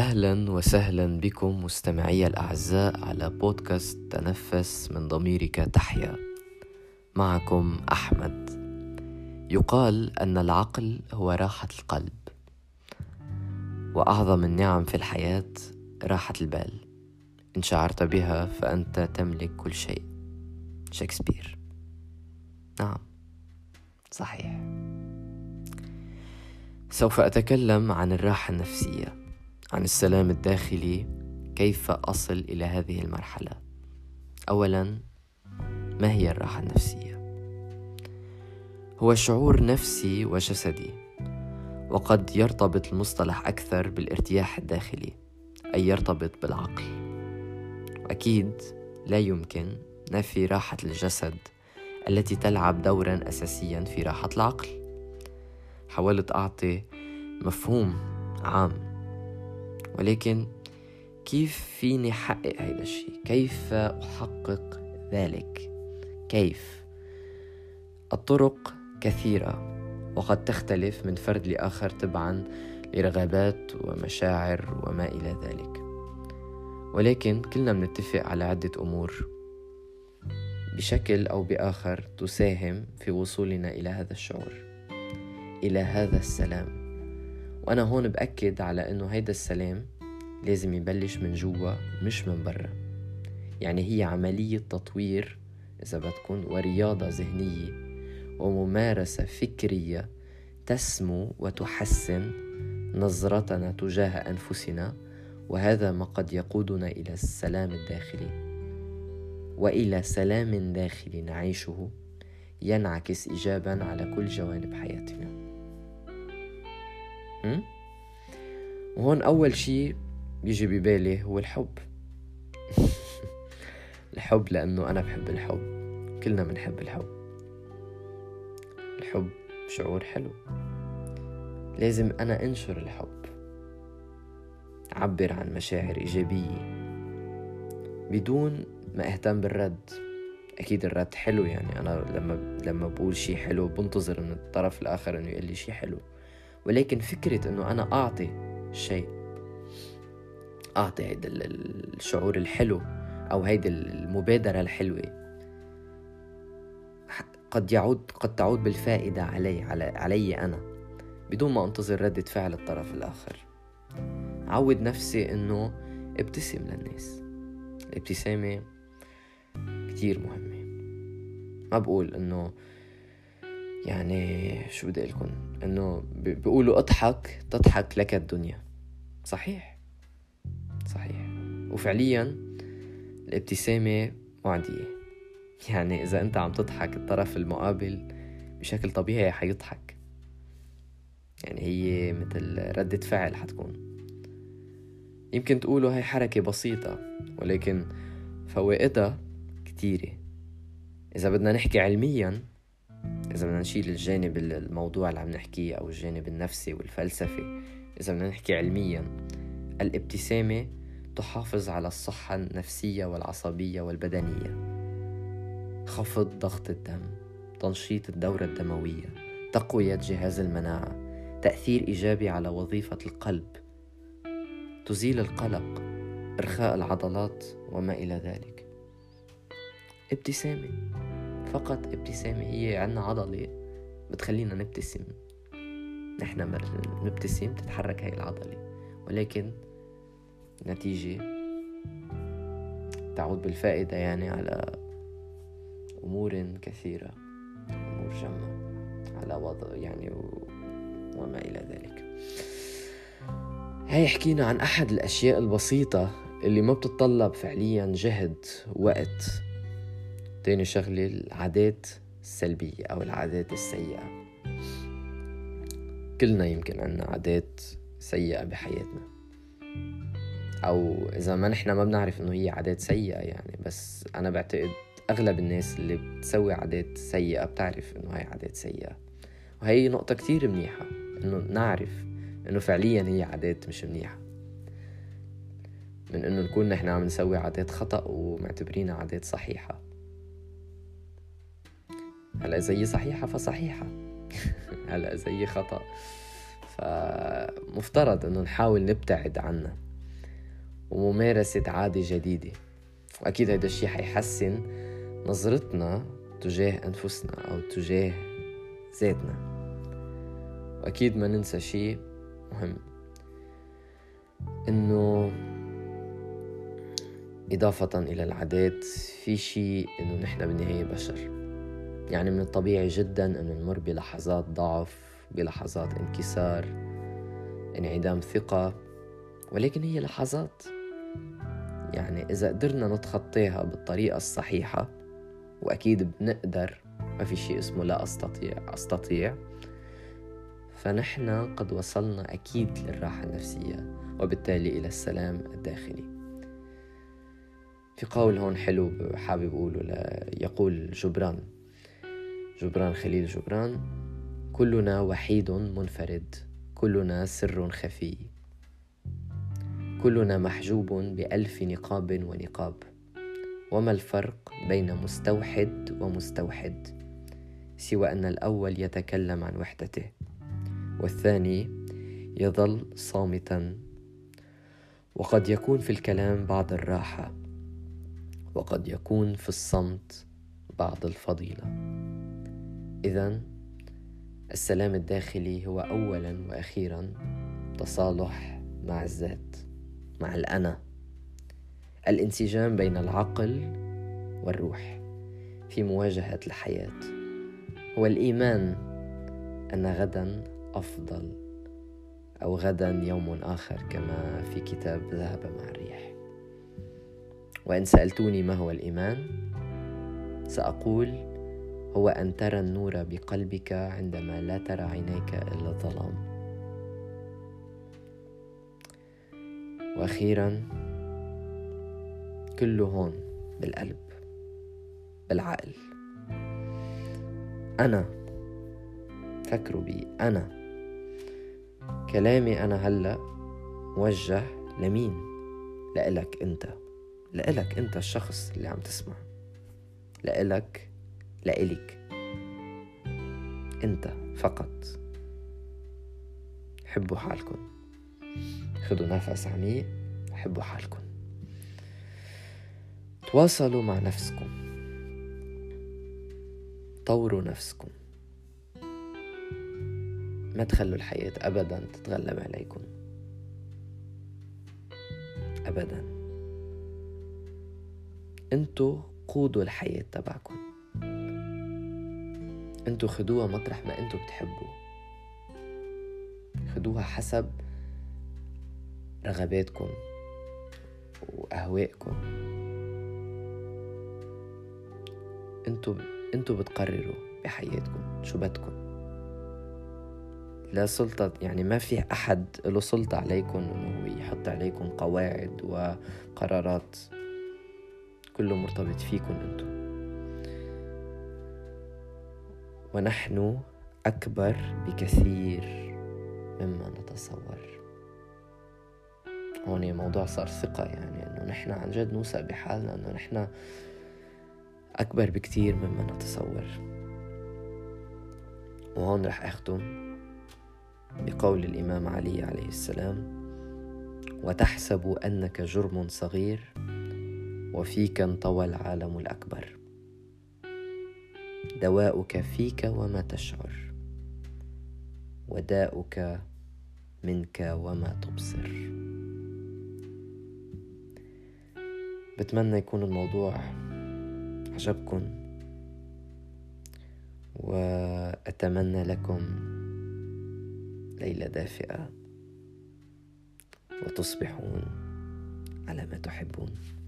أهلا وسهلا بكم مستمعي الأعزاء على بودكاست تنفس من ضميرك تحيا. معكم أحمد. يقال أن العقل هو راحة القلب، وأعظم النعم في الحياة راحة البال. إن شعرت بها فأنت تملك كل شيء. شكسبير. نعم، صحيح. سوف أتكلم عن الراحة النفسية، عن السلام الداخلي، كيف أصل إلى هذه المرحلة. أولاً، ما هي الراحة النفسية؟ هو شعور نفسي وجسدي، وقد يرتبط المصطلح أكثر بالارتياح الداخلي، أي يرتبط بالعقل. وأكيد لا يمكن نفي راحة الجسد التي تلعب دوراً أساسياً في راحة العقل. حاولت أعطي مفهوم عام، ولكن كيف فيني أحقق هذا الشيء؟ كيف أحقق ذلك؟ كيف؟ الطرق كثيرة، وقد تختلف من فرد لآخر تبعاً لرغبات ومشاعر وما إلى ذلك، ولكن كلنا بنتفق على عدة أمور بشكل أو بآخر تساهم في وصولنا إلى هذا الشعور، إلى هذا السلام. وأنا هون بأكد على أنه هيدا السلام لازم يبلش من جوا مش من برا. يعني هي عملية تطوير إذا بتكون، ورياضة ذهنية وممارسة فكرية تسمو وتحسن نظرتنا تجاه أنفسنا، وهذا ما قد يقودنا إلى السلام الداخلي، وإلى سلام داخلي نعيشه ينعكس إيجابا على كل جوانب حياتنا. وهون أول شيء بيجي ببالي هو الحب. الحب، لأنه أنا بحب الحب، كلنا بنحب الحب. الحب شعور حلو، لازم أنا أنشر الحب، أعبر عن مشاعر إيجابية بدون ما أهتم بالرد. أكيد الرد حلو، يعني أنا لما بقول شيء حلو بنتظر من الطرف الآخر أنه يقول لي شيء حلو، ولكن فكرة أنه أنا أعطي شيء، أعطي هيدا الشعور الحلو أو هيدا المبادرة الحلوة، قد تعود بالفائدة علي أنا بدون ما أنتظر ردة فعل الطرف الآخر. عود نفسي أنه ابتسم للناس. الابتسامة كتير مهمة. ما بقول أنه يعني شو بدي أقولكم، أنه بيقولوا تضحك لك الدنيا. صحيح، وفعليا الابتسامة معدية. يعني إذا أنت عم تضحك، الطرف المقابل بشكل طبيعي حيضحك. يعني هي مثل ردة فعل حتكون. يمكن تقولوا هاي حركة بسيطة، ولكن فوائدها كتيرة. إذا بدنا نحكي علميا، إذا بدنا نشيل الجانب الموضوع اللي عم نحكيه أو الجانب النفسي والفلسفي، إذا بدنا نحكي علميا، الابتسامة تحافظ على الصحة النفسية والعصبية والبدنية، خفض ضغط الدم، تنشيط الدورة الدموية، تقوية جهاز المناعة، تأثير إيجابي على وظيفة القلب، تزيل القلق، إرخاء العضلات وما إلى ذلك. ابتسامة، فقط ابتسامة. هي عنا عضلة بتخلينا نبتسم، نحن نبتسم تتحرك هاي العضلة، ولكن نتيجة تعود بالفائدة يعني على أمور كثيرة، أمور جمة، على وضع يعني وما إلى ذلك. هاي حكينا عن أحد الأشياء البسيطة اللي ما بتتطلب فعليا جهد وقت. تاني شغلة، العادات السلبية أو العادات السيئة. كلنا يمكن عنا عادات سيئة بحياتنا، أو إذا ما نحن ما بنعرف إنه هي عادات سيئة يعني، بس أنا بعتقد أغلب الناس اللي بتسوي عادات سيئة بتعرف إنه هاي عادات سيئة. وهي نقطة كتير منيحة، إنه نعرف إنه فعليا هي عادات مش منيحة، من إنه نكون نحن عم نسوي عادات خطأ ومعتبرينها عادات صحيحة. هلأ إذا هي صحيحة فصحيحة، هلأ إذا هي خطأ فمفترض إنه نحاول نبتعد عنها. وممارسة عادة جديدة. وأكيد هيدا الشيء حيحسن نظرتنا تجاه أنفسنا أو تجاه ذاتنا. وأكيد ما ننسى شيء مهم، إنه إضافة إلى العادات في شيء إنه نحن بالنهاية بشر. يعني من الطبيعي جدا إنه نمر بلحظات ضعف، بلحظات انكسار، انعدام ثقة، ولكن هي لحظات. يعني إذا قدرنا نتخطيها بالطريقة الصحيحة، وأكيد بنقدر، ما في شيء اسمه لا أستطيع، فنحن قد وصلنا أكيد للراحة النفسية وبالتالي إلى السلام الداخلي. في قول هون حلو حابب أقوله، يقول جبران خليل جبران: كلنا وحيد منفرد، كلنا سر خفي، كلنا محجوب بألف نقاب ونقاب، وما الفرق بين مستوحد ومستوحد سوى أن الأول يتكلم عن وحدته والثاني يظل صامتا. وقد يكون في الكلام بعض الراحة، وقد يكون في الصمت بعض الفضيلة. إذن السلام الداخلي هو أولا وأخيرا تصالح مع الذات، مع الأنا، الانسجام بين العقل والروح في مواجهة الحياة، هو الإيمان أن غدا أفضل، أو غدا يوم آخر كما في كتاب ذهب مع الريح. وإن سألتوني ما هو الإيمان، سأقول هو أن ترى النور بقلبك عندما لا ترى عينيك إلا الظلام. وأخيرا كله هون بالقلب، بالعقل. أنا، فكروا بي، أنا كلامي أنا هلأ موجه لمين؟ لإلك أنت، لإلك أنت الشخص اللي عم تسمع، لإلك، لإلك أنت فقط. حبوا حالكم، خدوا نفس عميق، حبوا حالكم، تواصلوا مع نفسكم، طوروا نفسكم، ما تخلوا الحياة أبدا تتغلب عليكم أبدا. انتوا قودوا الحياة تبعكم، انتوا خدوها مطرح ما انتوا بتحبوا، خدوها حسب رغباتكم وأهوائكم. انتوا بتقرروا بحياتكم شو بدكم. لا سلطة، يعني ما في أحد له سلطة عليكم إنه يحط عليكم قواعد وقرارات، كله مرتبط فيكم انتوا. ونحن أكبر بكثير مما نتصور. هون موضوع صار ثقة، يعني إنه نحن عن جد نوثق بحالنا إنه نحن أكبر بكثير مما نتصور. وهون رح أختم بقول الإمام علي عليه السلام: وتحسب أنك جرم صغير وفيك انطوى العالم الأكبر، دواؤك فيك وما تشعر، وداؤك منك وما تبصر. بتمنى يكون الموضوع عجبكم، وأتمنى لكم ليلة دافئة، وتصبحون على ما تحبون.